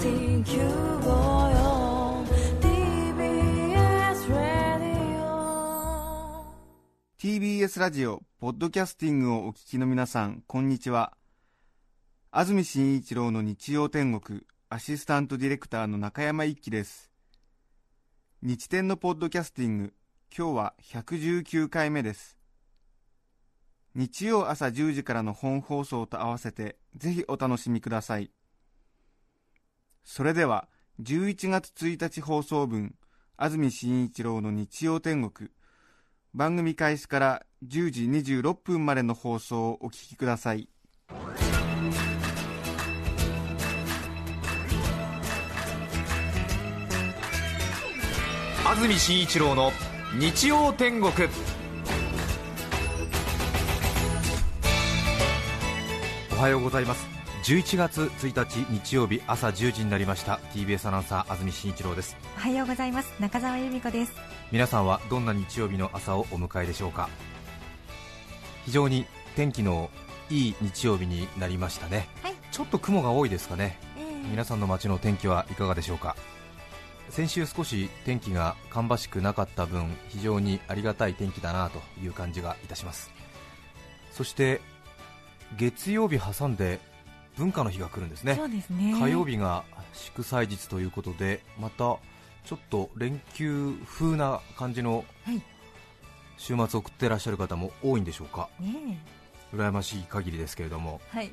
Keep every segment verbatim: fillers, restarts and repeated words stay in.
ティービーエス ラジオポッドキャスティングをお聞きの皆さん、こんにちは。安住紳一郎の日曜天国アシスタントディレクターの中山一輝です。日天のポッドキャスティング、今日はひゃくじゅうきゅうかいめです。日曜朝じゅうじからの本放送と合わせてぜひお楽しみください。それではじゅういちがつついたち放送分、安住紳一郎の日曜天国、番組開始からじゅうじにじゅうろっぷんまでの放送をお聞きください。 安住紳一郎の日曜天国。おはようございます。じゅういちがつついたち日曜日朝じゅうじになりました。 ティービーエス アナウンサー安住紳一郎です。 おはようございます。中澤由美子です。 皆さんはどんな日曜日の朝をお迎えでしょうか。非常に天気のいい日曜日になりましたね、はい、ちょっと雲が多いですかね、えー、皆さんの街の天気はいかがでしょうか。先週少し天気が芳しくなかった分、非常にありがたい天気だなという感じがいたします。そして月曜日挟んで文化の日が来るんですね。 そうですね。 火曜日が祝祭日ということで、またちょっと連休風な感じの週末を送ってらっしゃる方も多いんでしょうか、ね、羨ましい限りですけれども、はい、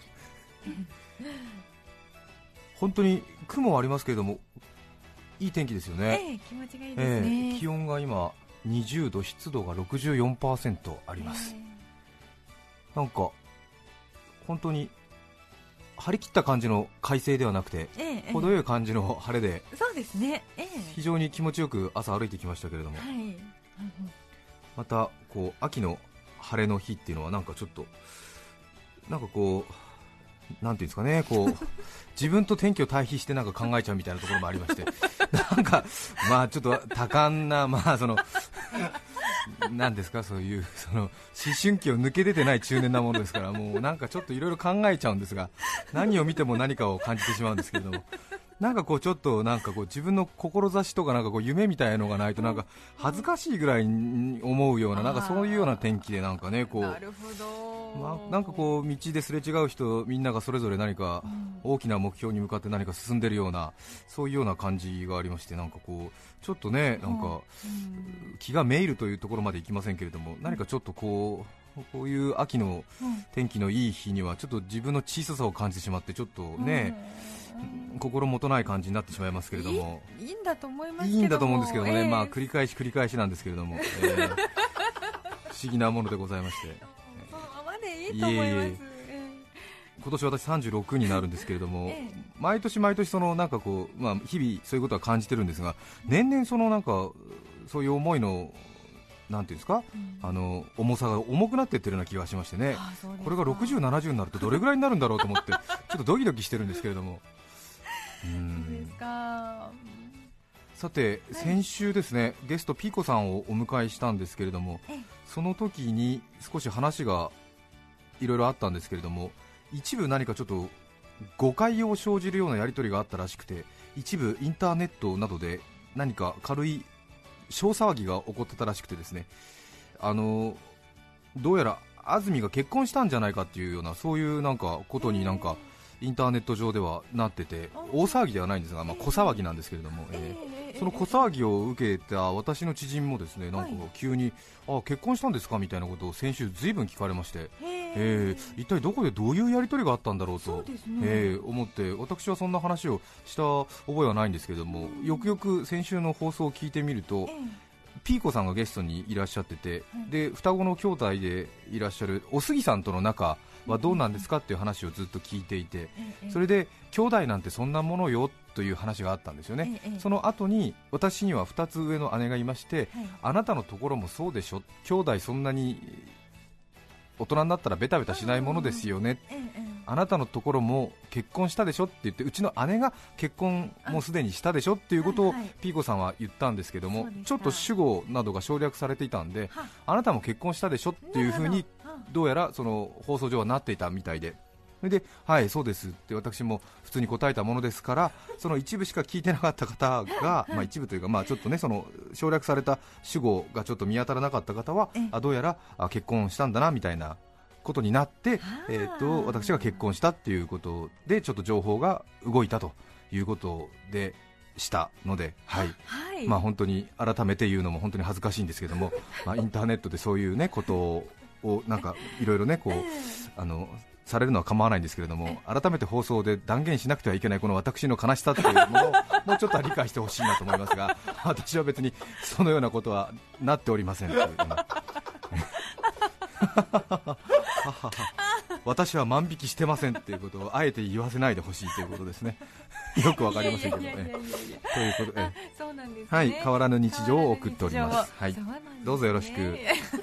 本当に雲はありますけれどもいい天気ですよね、 えー、気持ちがいいですね、 えー、気温が今にじゅうど、湿度が ろくじゅうよんパーセント あります、えー、なんか本当に張り切った感じの快晴ではなくて、ええ、程よい感じの晴れで、 そうですね、ええ、 非常に気持ちよく朝歩いてきましたけれども、はい、またこう秋の晴れの日っていうのはなんかちょっとなんかこうなんていうんですかね、こう自分と天気を対比してなんか考えちゃうみたいなところもありましてなんかまあちょっと多感な、まあそのなんですか、そういうその思春期を抜け出てない中年なものですから、もうなんかちょっといろいろ考えちゃうんですが、何を見ても何かを感じてしまうんですけれども、なんかこうちょっとなんかこう自分の志とかなんかこう夢みたいなのがないとなんか恥ずかしいぐらいに思うような、なんかそういうような天気で、なんかねこう、 なるほど、 まあ、なんかこう道ですれ違う人みんながそれぞれ何か大きな目標に向かって何か進んでいるような、そういうような感じがありまして、なんかこうちょっとね、なんか気がめいるというところまでいきませんけれども、何かちょっとこうこういう秋の天気のいい日にはちょっと自分の小ささを感じてしまって、ちょっとね、心もとない感じになってしまいますけれども、 いい、いいんだと思いますけども、 いいんだと思うんですけどもね、 えー、 まあ繰り返し繰り返しなんですけれども、えー、不思議なものでございまして、 そのままでいいと思います。いえいえ、 今年私さんじゅうろくになるんですけれども、ええ、毎年毎年そのなんかこう、まあ、日々そういうことは感じてるんですが、年々そのなんかそういう思いのなんていうんですか、うん、あの重さが重くなっていってるような気がしましてね、これがろくじゅう、ななじゅうになるとどれぐらいになるんだろうと思ってちょっとドキドキしてるんですけれどもうーん、そうですか。さて先週ですね、ゲストピーコさんをお迎えしたんですけれども、その時に少し話がいろいろあったんですけれども、一部何かちょっと誤解を生じるようなやり取りがあったらしくて、一部インターネットなどで何か軽い小騒ぎが起こってたらしくてですね、あのどうやら安住が結婚したんじゃないかっていうような、そういうなんかことになんかインターネット上ではなってて、大騒ぎではないんですが、まあ、小騒ぎなんですけれども、えー、その小騒ぎを受けた私の知人もですね、なんか急に、あ、結婚したんですかみたいなことを先週ずいぶん聞かれまして、えー、一体どこでどういうやり取りがあったんだろうと、ね、えー、思って、私はそんな話をした覚えはないんですけれども、よくよく先週の放送を聞いてみると、ピーコさんがゲストにいらっしゃってて、で双子の兄弟でいらっしゃるお杉さんとの仲はどうなんですかっていう話をずっと聞いていて、それで兄弟なんてそんなものよという話があったんですよね。その後に私にはふたつ上の姉がいまして、あなたのところもそうでしょ、兄弟そんなに大人になったらベタベタしないものですよね、あなたのところも結婚したでしょって言って、うちの姉が結婚もすでにしたでしょっていうことをピーコさんは言ったんですけども、ちょっと主語などが省略されていたんで、あなたも結婚したでしょっていうふうにどうやらその放送上はなっていたみたいで、 それではいそうですって私も普通に答えたものですから、その一部しか聞いてなかった方が、まあ一部というか、まあちょっとねその省略された主語がちょっと見当たらなかった方は、あどうやらあ結婚したんだなみたいなことになって、えー、と私が結婚したっていうことでちょっと情報が動いたということでしたので、はい、 はい、 まあ本当に改めて言うのも本当に恥ずかしいんですけども、まあ、インターネットでそういうねことをなんかいろいろねこうあのされるのは構わないんですけれども、改めて放送で断言しなくてはいけないこの私の悲しさっていうのをもうちょっとは理解してほしいなと思いますが、私は別にそのようなことはなっておりませんという私は万引きしてませんっていうことをあえて言わせないでほしいということですね。よくわかりませんけどね。ということで、 そうなんですね、 はい、変わらぬ日常を送っております。はい、 ね、 どうぞよろしく。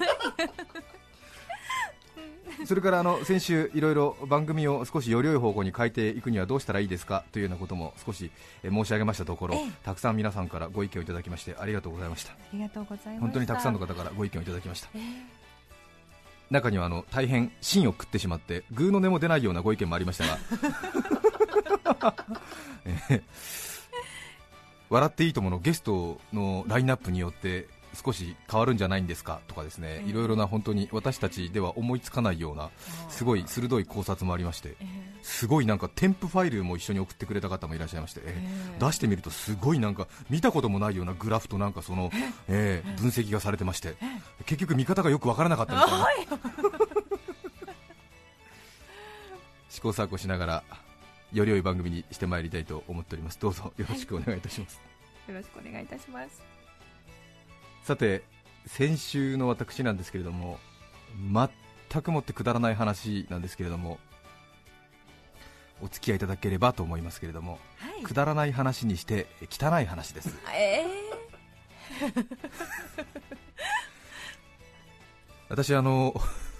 それからあの先週いろいろ番組を少しより良い方向に変えていくにはどうしたらいいですかというようなことも少し申し上げましたところ、たくさん皆さんからご意見をいただきましてありがとうございました。 ありがとうございました。 本当にたくさんの方からご意見をいただきました。 えー中にはあの大変芯を食ってしまってグーの音も出ないようなご意見もありましたが、えー、笑っていいとものゲストのラインナップによって少し変わるんじゃないんですかとかですね、いろいろな本当に私たちでは思いつかないようなすごい鋭い考察もありまして、すごいなんか添付ファイルも一緒に送ってくれた方もいらっしゃいまして、えー、出してみるとすごいなんか見たこともないようなグラフとなんかその、えー、分析がされてまして、結局見方がよく分からなかったみたいな試行錯誤しながらより良い番組にしてまいりたいと思っております。どうぞよろしくお願いいたします。 よろしくお願いいたします。 さて先週の私なんですけれども、全くもってくだらない話なんですけれども、お付き合いいただければと思いますけれども、はい、くだらない話にして汚い話です。 えー、 私あの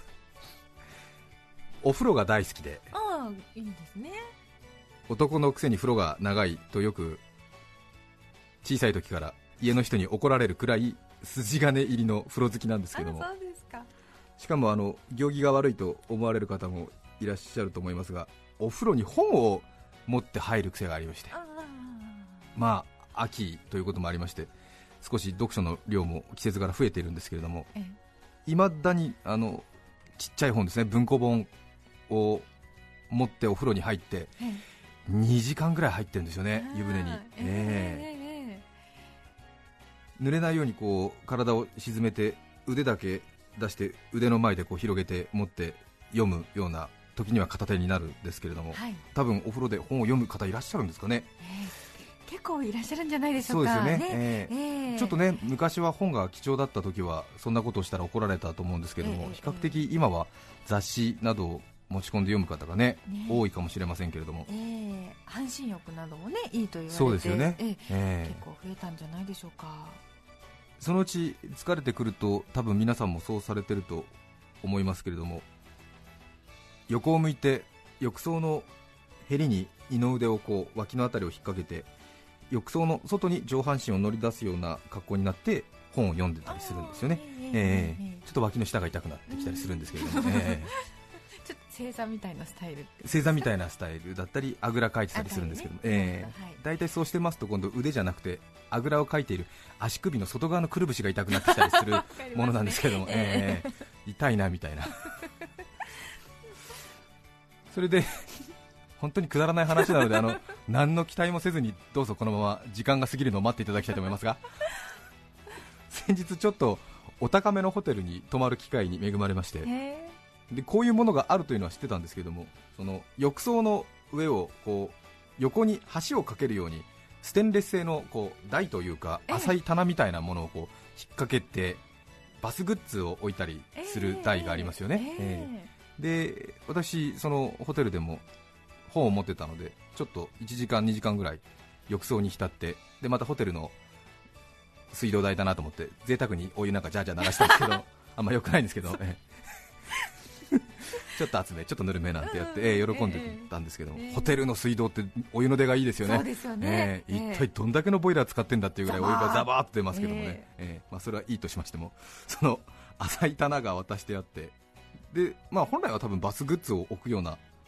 お風呂が大好きで、 ああいいですね。 男のくせに風呂が長いとよく小さい時から家の人に怒られるくらい筋金入りの風呂好きなんですけども、 そうですか。 しかもあの行儀が悪いと思われる方もいらっしゃると思いますが、お風呂に本を持って入る癖がありまして、まあ秋ということもありまして少し読書の量も季節から増えているんですけれども、いまだにあのちっちゃい本ですね、文庫本を持ってお風呂に入ってにじかんぐらい入ってるんですよね、湯船に。えー濡れないようにこう体を沈めて腕だけ出して腕の前でこう広げて持って読むような時には片手になるんですけれども、はい、多分お風呂で本を読む方いらっしゃるんですかね。 えー、結構いらっしゃるんじゃないでしょうか。 そうですよね、 ねえーえー、ちょっとね昔は本が貴重だった時はそんなことをしたら怒られたと思うんですけども、えー、比較的今は雑誌などを持ち込んで読む方が ね, ね多いかもしれませんけれども、 えー、半身浴などもねいいと言われて、 そうですよね、 えーえー、 結構増えたんじゃないでしょうか。 そのうち疲れてくると多分皆さんもそうされてると思いますけれども、横を向いて浴槽のへりに二の腕をこう脇のあたりを引っ掛けて浴槽の外に上半身を乗り出すような格好になって本を読んでたりするんですよね。えーえー、ちょっと脇の下が痛くなってきたりするんですけれども、えーちょっと正座みたいなスタイルって正座みたいなスタイルだったりあぐらかいてたりするんですけども、えーはい、だいたいそうしてますと今度腕じゃなくてあぐらをかいている足首の外側のくるぶしが痛くなってきたりするものなんですけども、ねえー、痛いなみたいなそれで本当にくだらない話なのであの何の期待もせずにどうぞこのまま時間が過ぎるのを待っていただきたいと思いますが、先日ちょっとお高めのホテルに泊まる機会に恵まれまして、でこういうものがあるというのは知ってたんですけども、その浴槽の上をこう横に橋をかけるようにステンレス製のこう台というか浅い棚みたいなものをこう引っ掛けてバスグッズを置いたりする台がありますよね、えーえー、で私そのホテルでも本を持ってたのでちょっといちじかんにじかんぐらい浴槽に浸って、でまたホテルの水道代だなと思って贅沢にお湯なんかジャージャー流したんですけどあんま良くないんですけど、えーちょっと厚め、ちょっとぬるめなんてやって、えー、喜んでたんですけども、えー、ホテルの水道ってお湯の出がいいですよね。 そうですよね、 えー、一体どんだけのボイラー使ってんだっていうぐらいお湯がザバーっと出ますけどもね、えーえーまあ、それはいいとしましても、その浅い棚が渡してあって、で、まあ、本来は多分バスグッズを置くような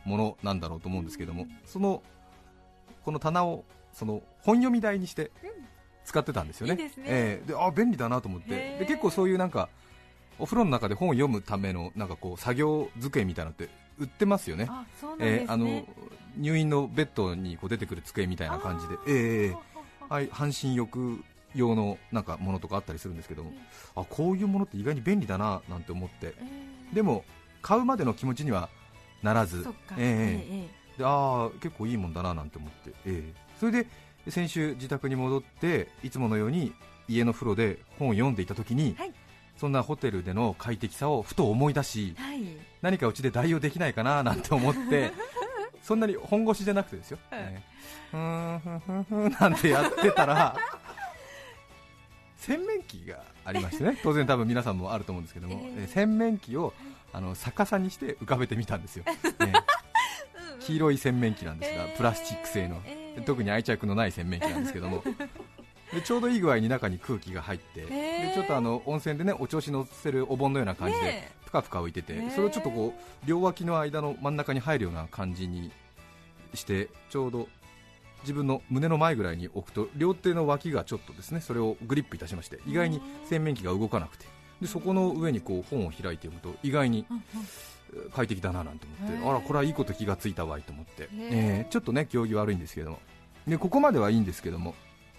ものなんだろうと思うんですけども、そのこの棚をその本読み台にして使ってたんですよね。 いいですね。 えー、であ便利だなと思って、で結構そういうなんかお風呂の中で本を読むためのなんかこう作業机みたいなのって売ってますよね。 あ、そうなんですね。 えー、あの入院のベッドにこう出てくる机みたいな感じで、えー、はい、半身浴用のなんかものとかあったりするんですけども、あこういうものって意外に便利だななんて思って、でも買うまでの気持ちにはならず、えーえー、であ結構いいもんだななんて思って、えー、それで先週自宅に戻っていつものように家の風呂で本を読んでいた時に、はい、そんなホテルでの快適さをふと思い出し、はい、何かうちで代用できないかななんて思ってそんなに本腰じゃなくてですよ、はい、えー、ふーんふんふんふんなんてやってたら洗面器がありましてね、当然多分皆さんもあると思うんですけども、えー、洗面器をあの逆さにして浮かべてみたんですよ、えー、黄色い洗面器なんですが、プラスチック製の、特に愛着のない洗面器なんですけどもでちょうどいい具合に中に空気が入って、でちょっとあの温泉でねお調子乗せるお盆のような感じでぷかぷか浮いてて、それをちょっとこう両脇の間の真ん中に入るような感じにして、ちょうど自分の胸の前ぐらいに置くと両手の脇がちょっとですねそれをグリップいたしまして、意外に洗面器が動かなくて、でそこの上にこう本を開いて読むと意外に快適だななんて思って、あらこれはいいこと気がついたわいと思って、えー、ちょっとね行儀悪いんですけども、でここまではいいんですけども、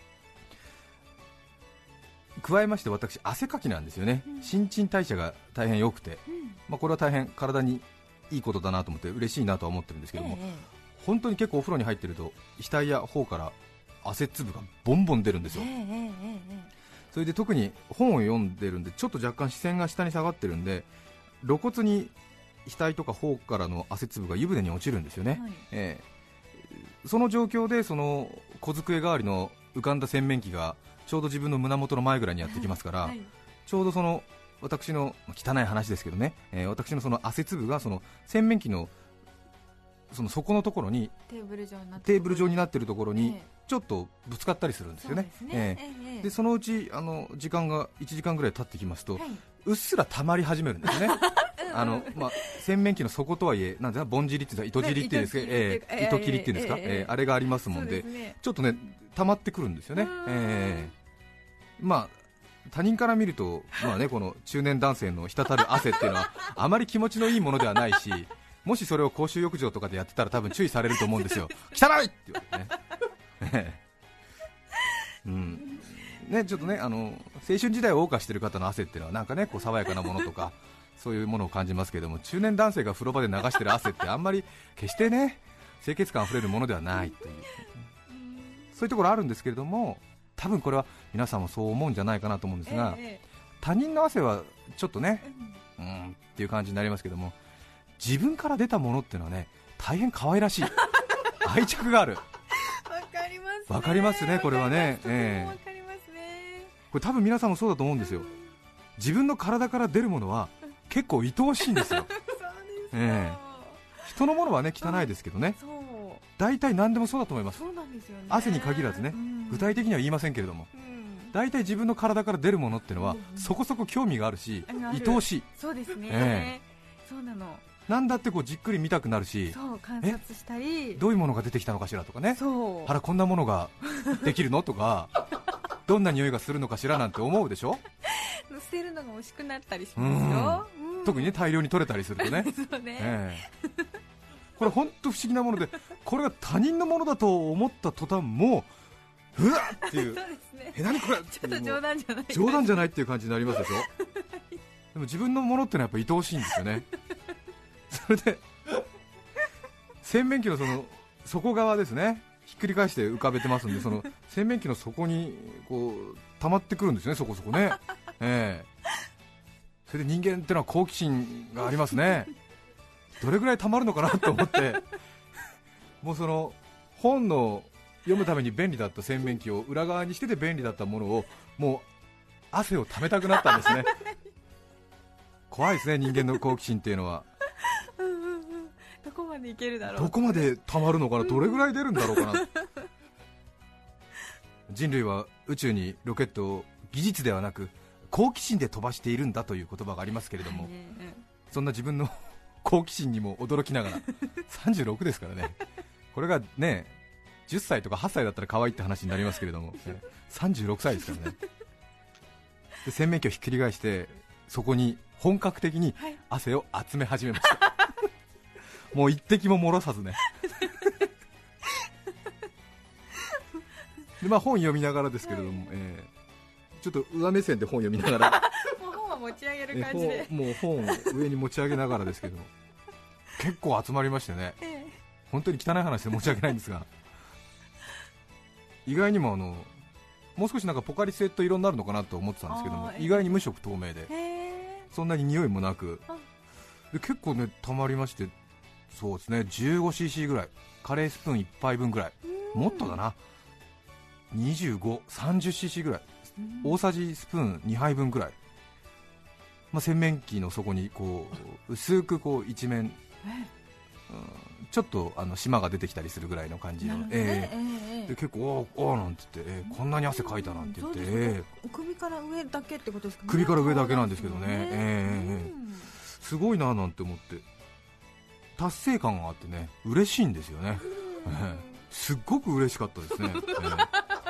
加えまして私汗かきなんですよね、うん、新陳代謝が大変良くて、うん、まあ、これは大変体にいいことだなと思って嬉しいなとは思ってるんですけども、ええ、本当に結構お風呂に入ってると額や頬から汗粒がボンボン出るんですよ、ええ、それで特に本を読んでるんでちょっと若干視線が下に下がってるんで、露骨に額とか頬からの汗粒が湯船に落ちるんですよね、はい、ええ、その状況でその小机代わりの浮かんだ洗面器がちょうど自分の胸元の前ぐらいにやってきますから、はい、ちょうどその私の汚い話ですけどね、えー、私のその汗粒がその洗面器のその底のところにテーブル状になってテーブル状になっているところにちょっとぶつかったりするんですよね。そ, えーえー、でそのうちあの時間がいちじかんぐらい経ってきますと、はい、うっすら溜まり始めるんですねあの、まあ、洗面器の底とはいえなんですか、ぼんじりっていうんですか、糸尻っていうんですか、えー、糸切りっていうんですか、えーえー、あれがありますもん で, で、ね、ちょっとね溜まってくるんですよね、えー、まあ他人から見ると、まあね、この中年男性の滴る汗っていうのはあまり気持ちのいいものではないし、もしそれを公衆浴場とかでやってたら多分注意されると思うんですよ汚いって言われてねうんね、ちょっとねあの青春時代を謳歌している方の汗っていうのはなんかねこう爽やかなものとかそういうものを感じますけども、中年男性が風呂場で流している汗ってあんまり決してね清潔感あふれるものではないという、そういうところあるんですけれども、多分これは皆さんもそう思うんじゃないかなと思うんですが、ええ、他人の汗はちょっとね、うん、っていう感じになりますけども、自分から出たものっていうのはね大変可愛らしい愛着がある。わかりますね。 わかりますね、これはね。 ええ、わかりますね。 これ多分皆さんもそうだと思うんですよ。自分の体から出るものは結構愛おしいんですよ。 そうですよ、 ええ、人のものはね汚いですけどね。大体何でもそうだと思います。 そうなんですよね。 汗に限らずね、うん、具体的には言いませんけれども、うん、大体自分の体から出るものっていうのは、うん、そこそこ興味があるし、うん、愛おしい。 そうですね、 ええ、そうなの。 なんだってこうじっくり見たくなるし、 そう観察したり、 どういうものが出てきたのかしらとかね、 そうあらこんなものができるのとかどんな匂いがするのかしらなんて思うでしょ。 捨てるのが惜しくなったりしますよ、 うんうん、特にね大量に取れたりするとねそうね、 えー、これ本当不思議なもので、これが他人のものだと思った途端もううわっっていうそうですね、 え何これちょっと冗談じゃない冗談じゃないっていう感じになりますでしょでも自分のものってのはやっぱ愛おしいんですよねそれで洗面器のその底側ですね、ひっくり返して浮かべてますんで、その洗面器の底にこう溜まってくるんですね、そこそこね、えー、それで人間ってのは好奇心がありますね。どれぐらい溜まるのかなと思ってもうその本の読むために便利だった洗面器を裏側にしてて便利だったものをもう汗を溜めたくなったんですね怖いですね、人間の好奇心っていうのはどこまでいけるだろう、 どこまで溜まるのかな、どれぐらい出るんだろうかな人類は宇宙にロケットを技術ではなく好奇心で飛ばしているんだという言葉がありますけれども、そんな自分の好奇心にも驚きながらさんじゅうろくですからね、これがねじゅっさいとかはっさいだったら可愛いって話になりますけれども、ね、さんじゅうろくさいですからね。で洗面器をひっくり返してそこに本格的に汗を集め始めました、はい、もう一滴も漏らさずねで、まあ、本読みながらですけれども、はい、えー、ちょっと上目線で本読みながらもう本は持ち上げる感じで、 もう本を上に持ち上げながらですけども結構集まりましてね、ええ、本当に汚い話で持ち上げないんですが意外にもあのもう少しなんかポカリスエット色になるのかなと思ってたんですけども、意外に無色透明でそんなに匂いもなくで結構ね溜まりまして、そうですね じゅうごシーシー ぐらい、カレースプーンいっぱいぶんぐらい、もっとだな にじゅうご、さんじゅうシーシー ぐらい、大さじスプーンにはいぶんぐらい、まあ、洗面器の底にこう薄くこう一面、うん、ちょっとあの島が出てきたりするぐらいの感じの、えーえーで結構おーおーなんて言って、えー、こんなに汗かいたなんて言って、えー、首から上だけってことですかね。 首から上だけなんですけどね、えー、すごいななんて思って達成感があってね嬉しいんですよね、えー、すっごく嬉しかったですね、えー、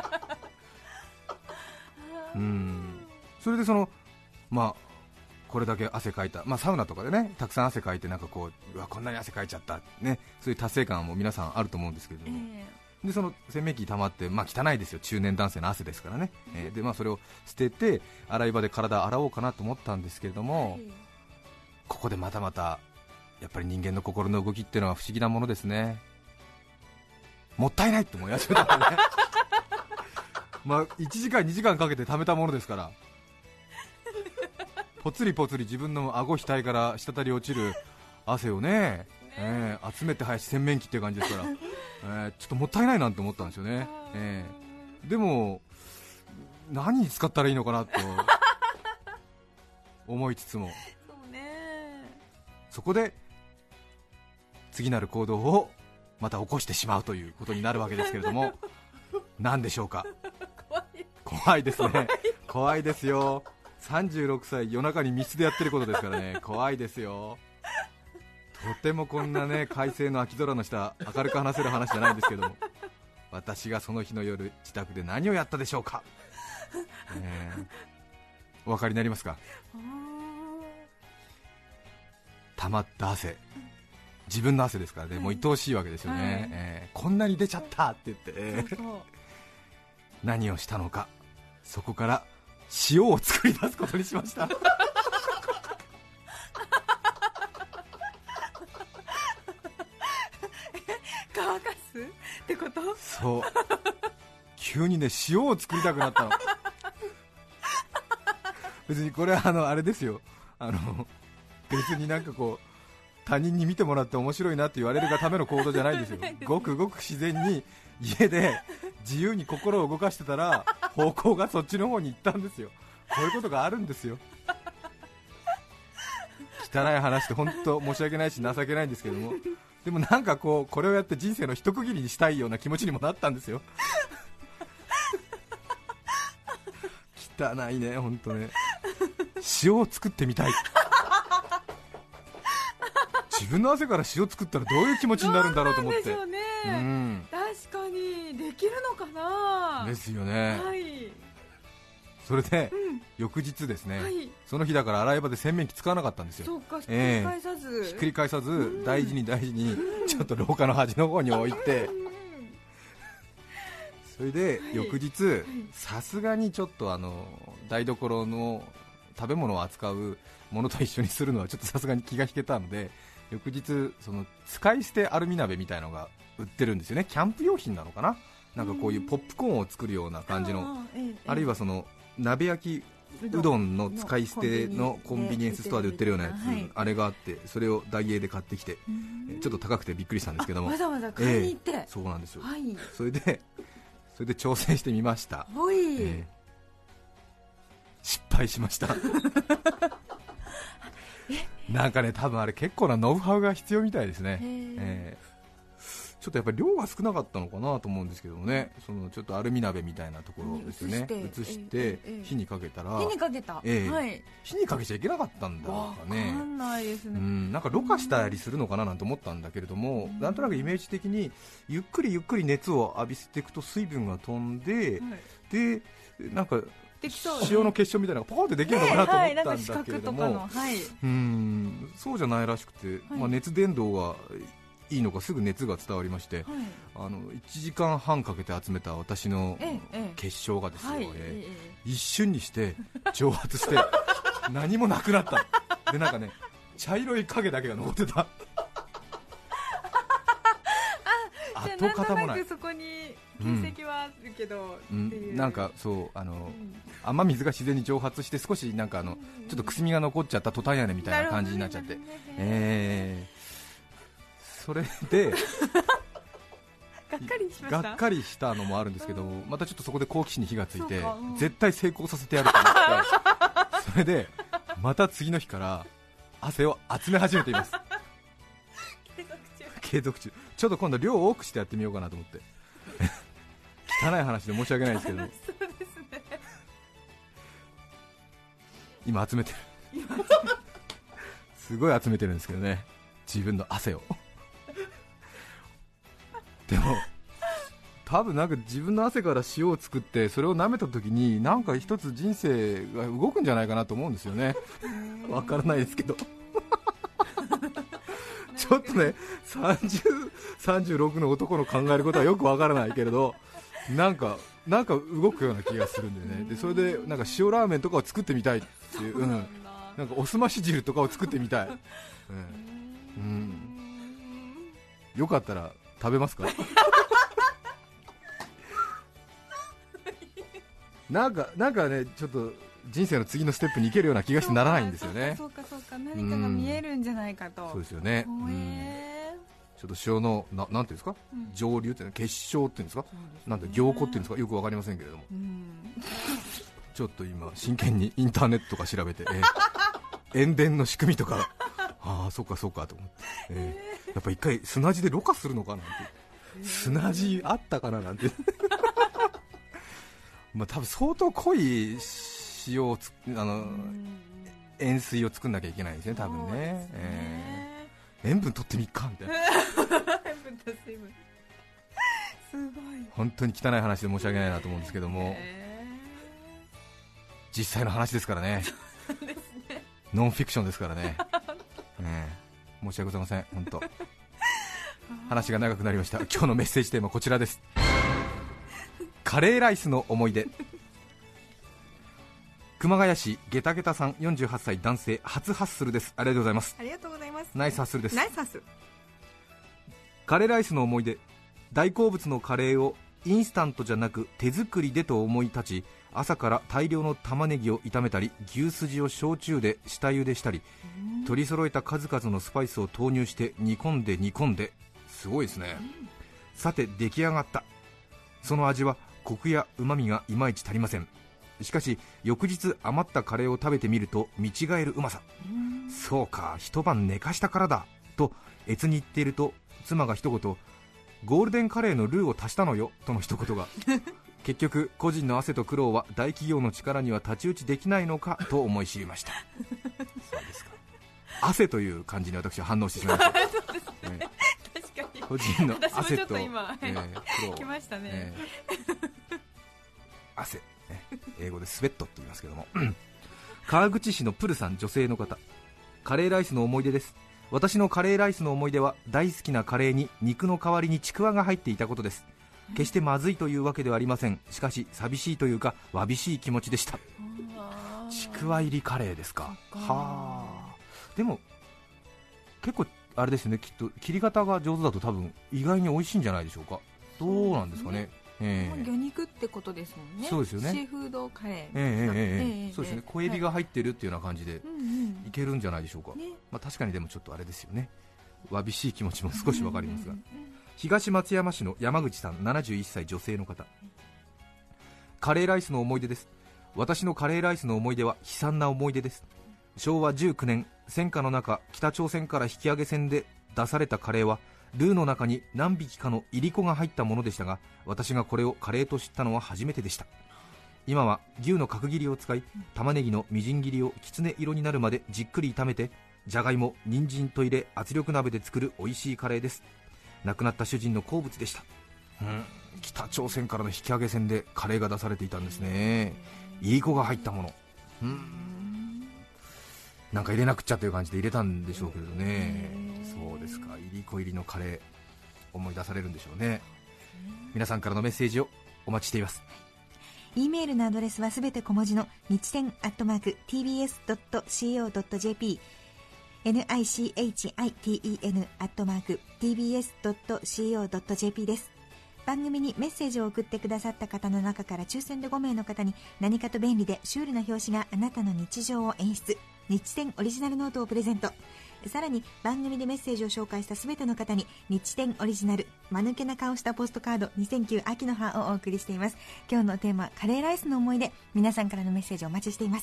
うんそれでそのまあこれだけ汗かいた、まあ、サウナとかでねたくさん汗かいてなんかこう、うわこんなに汗かいちゃった、ね、そういう達成感も皆さんあると思うんですけれども、えー、でその洗面器に溜まって、まあ、汚いですよ、中年男性の汗ですからね、うん、えーでまあ、それを捨てて洗い場で体洗おうかなと思ったんですけれども、はい、ここでまたまたやっぱり人間の心の動きっていうのは不思議なものですね。もったいないって思い始めたからねまあいちじかんにじかんかけて溜めたものですからぽつりぽつり自分の顎額から滴り落ちる汗をね、えー、集めて林洗面器っていう感じですから、えー、ちょっともったいないなんて思ったんですよね、えー、でも何に使ったらいいのかなと思いつつもそうね、 そこで次なる行動をまた起こしてしまうということになるわけですけれども何でしょうか。 怖い、 怖いですね、怖いですよ、さんじゅうろくさい夜中に密室でやってることですからね怖いですよ。とてもこんなね快晴の秋空の下明るく話せる話じゃないんですけども私がその日の夜自宅で何をやったでしょうか、えー、お分かりになりますか。溜まった汗、自分の汗ですからね、もう愛おしいわけですよね、はい、えー、こんなに出ちゃったって言って、えー、そうそう何をしたのか、そこから塩を作り出すことにしました乾かすってこと。 そう急にね塩を作りたくなったの別にこれはあのあれですよ、あの別になんかこう他人に見てもらって面白いなって言われるがための行動じゃないんですよごくごく自然に家で自由に心を動かしてたら方向がそっちの方に行ったんですよ。こういうことがあるんですよ。汚い話って本当申し訳ないし情けないんですけども、でもなんかこうこれをやって人生の一区切りにしたいような気持ちにもなったんですよ汚いね本当ね、塩を作ってみたい自分の汗から塩作ったらどういう気持ちになるんだろうと思って。 そうなんでしょうね、うん、確かにできるのかなですよね、 はい、 それで、うん、翌日ですね、はい、その日だから洗い場で洗面器使わなかったんですよ。 そうか、ひっくり返さず、 えー、ひっくり返さず、うん、大事に大事に、うん、ちょっと廊下の端の方に置いて、うん、それで、はい、翌日さすがにちょっとあの台所の食べ物を扱うものと一緒にするのはちょっとさすがに気が引けたので、翌日その使い捨てアルミ鍋みたいのが売ってるんですよね。キャンプ用品なのかな、なんかこういうポップコーンを作るような感じの、あ, ええ、あるいはその鍋焼きうどんの使い捨てのコンビニエンスストアで売ってるようなやつ、はい、あれがあって、それをダイエーで買ってきて、ちょっと高くてびっくりしたんですけども、 わざわざ買いに行って、ええ、 そうなんですよ、 はい、 それでそれで挑戦してみました、 はい、ええ、失敗しましたなんかね多分あれ結構なノウハウが必要みたいですね、えー、 ちょっとやっぱり量が少なかったのかなと思うんですけどもね、そのちょっとアルミ鍋みたいなところですよね、移して火にかけたら、 火にかけた、 ええはい、 火にかけちゃいけなかったんだかね、 わかんないですね、 うん、なんかろ過したりするのかななんて思ったんだけれども、うん、なんとなくイメージ的にゆっくりゆっくり熱を浴びせていくと水分が飛んで、はい、でなんか塩の結晶みたいなのがポコンってできるのかなと思ったんだけれども、はい、うん、そうじゃないらしくて、はい、まあ、熱伝導がいいのかすぐ熱が伝わりまして、はい、あのいちじかんはんかけて集めた私の結晶がですよ、ええええ、一瞬にして蒸発して何もなくなったで、なんかね茶色い影だけが残ってた跡形もない。 そこに形跡はあるけど、 うん、っていうなんかそうあの、うん、雨水が自然に蒸発して少しなんかあの、うん、ちょっとくすみが残っちゃったトタン屋根みたいな感じになっちゃって、ねえー、それでがっかりしました。 がっかりしたのもあるんですけど、うん、またちょっとそこで好奇心に火がついて、うん、絶対成功させてやると思ってそれでまた次の日から汗を集め始めています継続中継続中ちょっと今度量を多くしてやってみようかなと思って汚い話で申し訳ないですけど、 そうですね、 今集めてるすごい集めてるんですけどね、自分の汗をでも多分なんか自分の汗から塩を作ってそれを舐めた時になんか一つ人生が動くんじゃないかなと思うんですよねわからないですけどちょっとねさんじゅう、さんじゅうろくの男の考えることはよくわからないけれどなんかなんか動くような気がするんだよね。でそれでなんか塩ラーメンとかを作ってみたいっていう、うん、なんかおすまし汁とかを作ってみたい、うんうん、よかったら食べますかなんかなんかねちょっと人生の次のステップに行けるような気がしてならないんですよね。 そうかそうかそうか、何かが見えるんじゃないかと、 うん、そうですよね、うん、ちょっと塩のななんていうんですか、うん、蒸留っていうの結晶っていうんですか、す、ね、なんて凝固っていうんですか、よくわかりませんけれども、うん、ちょっと今真剣にインターネットとか調べて、えー、塩田の仕組みとかああそうかそうかと思って、えー、やっぱ一回砂地でろ過するのかなんて、砂地あったかななんてまあ多分相当濃い塩をつあの塩水を作んなきゃいけないんですね多分ね、ねえー、塩分取ってみっかみたいな塩分と水分すごい本当に汚い話で申し訳ないなと思うんですけども、えー、実際の話ですからねそうですね、 ノンフィクションですからね、えー、申し訳ございません本当話が長くなりました。今日のメッセージテーマはこちらです。カレーライスの思い出。熊谷市ゲタゲタさんよんじゅうはっさい男性、初ハッスルです。ありがとうございます。 ありがとうございます。 ナイスハッスルです。 ナイスハッスル。 カレーライスの思い出。大好物のカレーをインスタントじゃなく手作りでと思い立ち、朝から大量の玉ねぎを炒めたり、牛すじを焼酎で下茹でしたり、取り揃えた数々のスパイスを投入して煮込んで煮込んで、すごいですね。さて出来上がった。その味はコクやうまみがいまいち足りません。しかし翌日余ったカレーを食べてみると見違えるうまさ。そうか一晩寝かしたからだと越に言っていると、妻が一言、ゴールデンカレーのルーを足したのよとの一言が結局個人の汗と苦労は大企業の力には太刀打ちできないのかと思い知りましたそうですか、汗という漢字に私は反応してしまいましたそうですね、えー確かに個人の汗と今、えー、苦労来ましたね、えー、汗、英語でスウェットって言いますけども川口市のプルさん、女性の方。カレーライスの思い出です。私のカレーライスの思い出は大好きなカレーに肉の代わりにちくわが入っていたことです。決してまずいというわけではありません。しかし寂しいというかわびしい気持ちでした。ちくわ入りカレーですか。はあ。でも結構あれですね、きっと切り方が上手だと多分意外に美味しいんじゃないでしょうか。どうなんですかね。えー、 魚肉ってことですもんね。 そうですよね。 シーフードカレー、えーえーえー、そうですね。小エビが入ってるっていうような感じでいけるんじゃないでしょうか、ね。まあ、確かにでもちょっとあれですよね、わびしい気持ちも少しわかりますが、東松山市の山口さん、ななじゅういっさい女性の方。カレーライスの思い出です。私のカレーライスの思い出は悲惨な思い出です。しょうわじゅうきゅうねん、戦火の中北朝鮮から引き上げ船で出されたカレーはルーの中に何匹かのいりこが入ったものでしたが、私がこれをカレーと知ったのは初めてでした。今は牛の角切りを使い、玉ねぎのみじん切りをきつね色になるまでじっくり炒めて、じゃがいも、人参と入れ圧力鍋で作る美味しいカレーです。亡くなった主人の好物でした。うん、北朝鮮からの引き上げ船でカレーが出されていたんですね。いりこが入ったもの、うーん、なんか入れなくっちゃという感じで入れたんでしょうけどね。そうですか、いりこ入りのカレー思い出されるんでしょうね。皆さんからのメッセージをお待ちしています。 E メールのアドレスはすべて小文字の日天アットマーク ティービーエスドットシーオードットジェーピー ニチテン アットマーク ティービーエスドットシーオードットジェーピー です。番組にメッセージを送ってくださった方の中から抽選でご名の方に、何かと便利でシュールな表紙があなたの日常を演出、日天オリジナルノートをプレゼント。さらに番組でメッセージを紹介したすべての方に、日天オリジナル間抜けな顔したポストカードにせんきゅう秋の葉をお送りしています。今日のテーマ、カレーライスの思い出。皆さんからのメッセージをお待ちしています。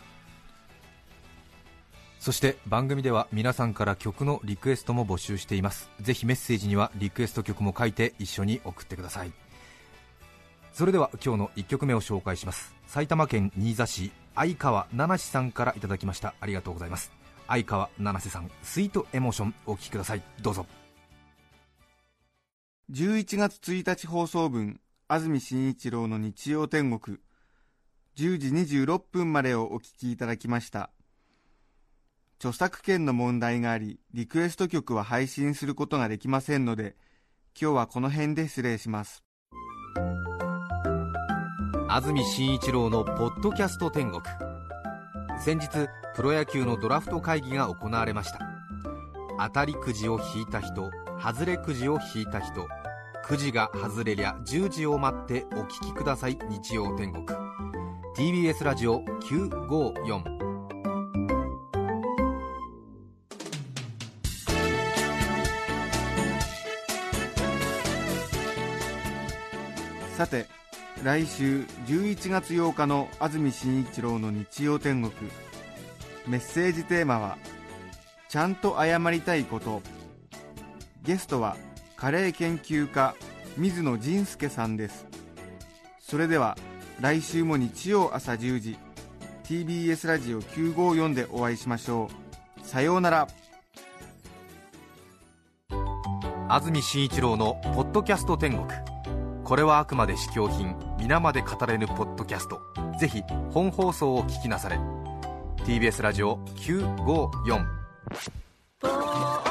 そして番組では皆さんから曲のリクエストも募集しています。ぜひメッセージにはリクエスト曲も書いて一緒に送ってください。それでは今日のいっきょくめを紹介します。埼玉県新座市相川七瀬さんからいただきました。ありがとうございます。相川七瀬さん、スイートエモーションお聴きください。どうぞ。 じゅういちがつついたち放送分、安住紳一郎の日曜天国、じゅうじにじゅうろっぷんまでをお聞きいただきました。著作権の問題があり、リクエスト曲は配信することができませんので、今日はこの辺で失礼します。 安住紳一郎のポッドキャスト天国。先日プロ野球のドラフト会議が行われました。当たりくじを引いた人、外れくじを引いた人、くじが外れりゃじゅうじを待ってお聞きください。日曜天国 ティービーエス ラジオきゅうごよん。 さて、来週じゅういちがつようかの安住紳一郎の日曜天国、メッセージテーマはちゃんと謝りたいこと。ゲストはカレー研究家水野仁介さんです。それでは来週も日曜朝じゅうじ ティービーエス ラジオきゅうごよんでお会いしましょう。さようなら。 安住紳一郎のポッドキャスト天国。これはあくまで試供品、皆まで語れぬポッドキャスト。ぜひ本放送を聞きなされ。 ティービーエス ラジオきゅうごよん。